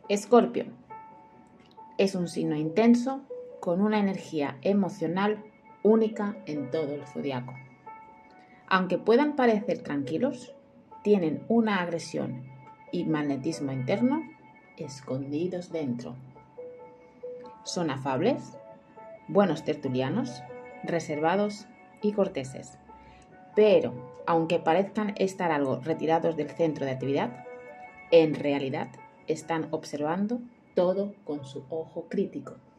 Escorpio es un signo intenso con una energía emocional única en todo el zodiaco. Aunque puedan parecer tranquilos, tienen una agresión y magnetismo interno escondidos dentro. Son afables, buenos tertulianos, reservados y corteses. Pero, aunque parezcan estar algo retirados del centro de actividad, en realidad están observando todo con su ojo crítico.